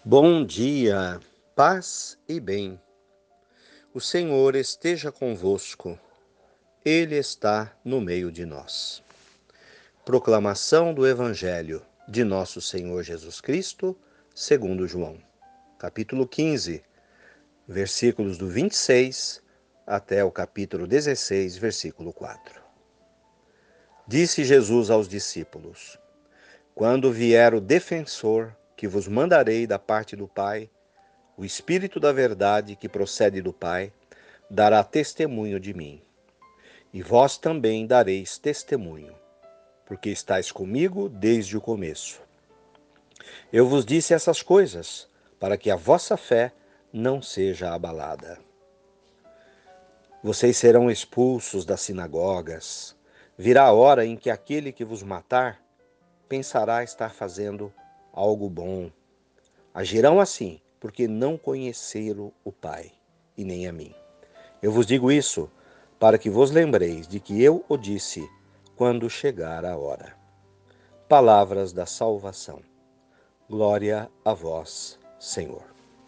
Bom dia, paz e bem. O Senhor esteja convosco, Ele está no meio de nós. Proclamação do Evangelho de Nosso Senhor Jesus Cristo, segundo João, capítulo 15, versículos do 26 até o capítulo 16, versículo 4. Disse Jesus aos discípulos: Quando vier o defensor, que vos mandarei da parte do Pai, o Espírito da verdade que procede do Pai, dará testemunho de mim. E vós também dareis testemunho, porque estáis comigo desde o começo. Eu vos disse essas coisas, para que a vossa fé não seja abalada. Vocês serão expulsos das sinagogas. Virá a hora em que aquele que vos matar pensará estar fazendo algo bom. Agirão assim, porque não conheceram o Pai, e nem a mim. Eu vos digo isso, para que vos lembreis de que eu o disse quando chegar a hora. Palavras da salvação. Glória a vós, Senhor.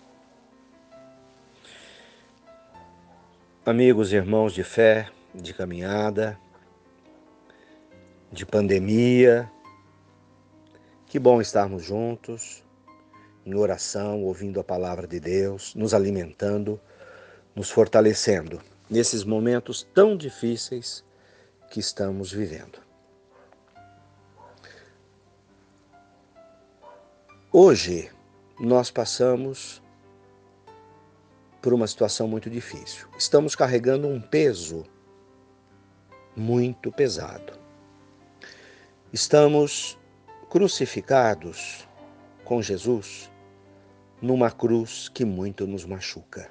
Amigos e irmãos de fé, de caminhada, de pandemia, que bom estarmos juntos, em oração, ouvindo a palavra de Deus, nos alimentando, nos fortalecendo nesses momentos tão difíceis que estamos vivendo. Hoje, nós passamos por uma situação muito difícil. Estamos carregando um peso muito pesado. Estamos crucificados com Jesus numa cruz que muito nos machuca.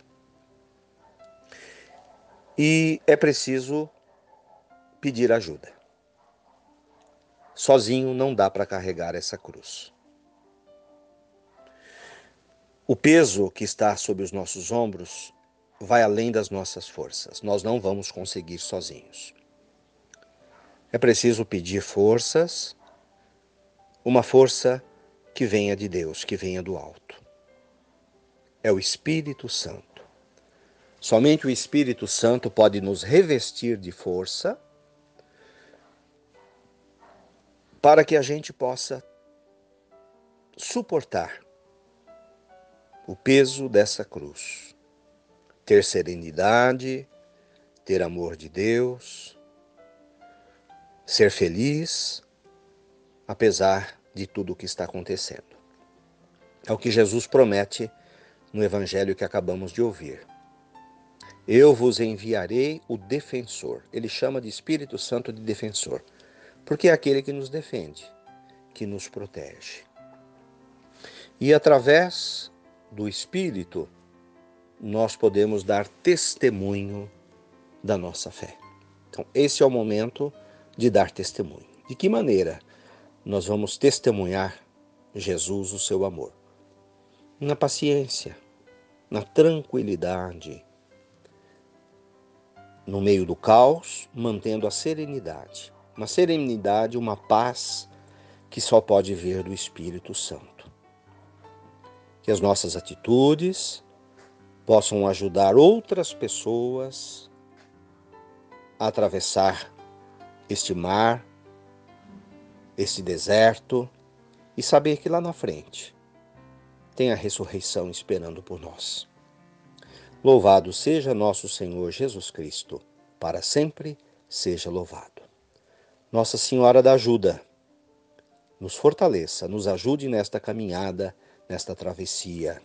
E é preciso pedir ajuda. Sozinho não dá para carregar essa cruz. O peso que está sobre os nossos ombros vai além das nossas forças. Nós não vamos conseguir sozinhos. É preciso pedir forças, uma força que venha de Deus, que venha do alto. É o Espírito Santo. Somente o Espírito Santo pode nos revestir de força para que a gente possa suportar o peso dessa cruz. Ter serenidade, ter amor de Deus, ser feliz, apesar de tudo o que está acontecendo. É o que Jesus promete no Evangelho que acabamos de ouvir. Eu vos enviarei o defensor. Ele chama de Espírito Santo de defensor, porque é aquele que nos defende, que nos protege. E através do Espírito, nós podemos dar testemunho da nossa fé. Então, esse é o momento de dar testemunho. De que maneira nós vamos testemunhar Jesus, o seu amor? Na paciência, na tranquilidade, no meio do caos, mantendo a serenidade. Uma serenidade, uma paz que só pode vir do Espírito Santo. Que as nossas atitudes possam ajudar outras pessoas a atravessar este mar, este deserto, e saber que lá na frente tem a ressurreição esperando por nós. Louvado seja nosso Senhor Jesus Cristo, para sempre seja louvado. Nossa Senhora da Ajuda, nos fortaleça, nos ajude nesta caminhada, nesta travessia.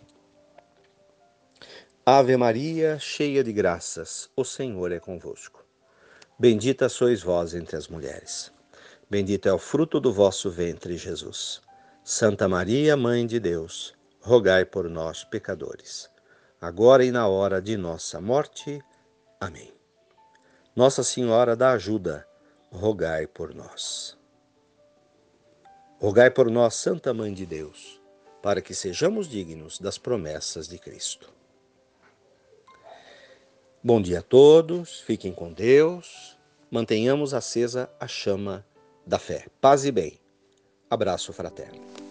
Ave Maria, cheia de graças, o Senhor é convosco. Bendita sois vós entre as mulheres. Bendito é o fruto do vosso ventre, Jesus. Santa Maria, Mãe de Deus, rogai por nós, pecadores, agora e na hora de nossa morte. Amém. Nossa Senhora da Ajuda, rogai por nós. Rogai por nós, Santa Mãe de Deus, para que sejamos dignos das promessas de Cristo. Bom dia a todos, fiquem com Deus, mantenhamos acesa a chama da fé. Paz e bem. Abraço fraterno.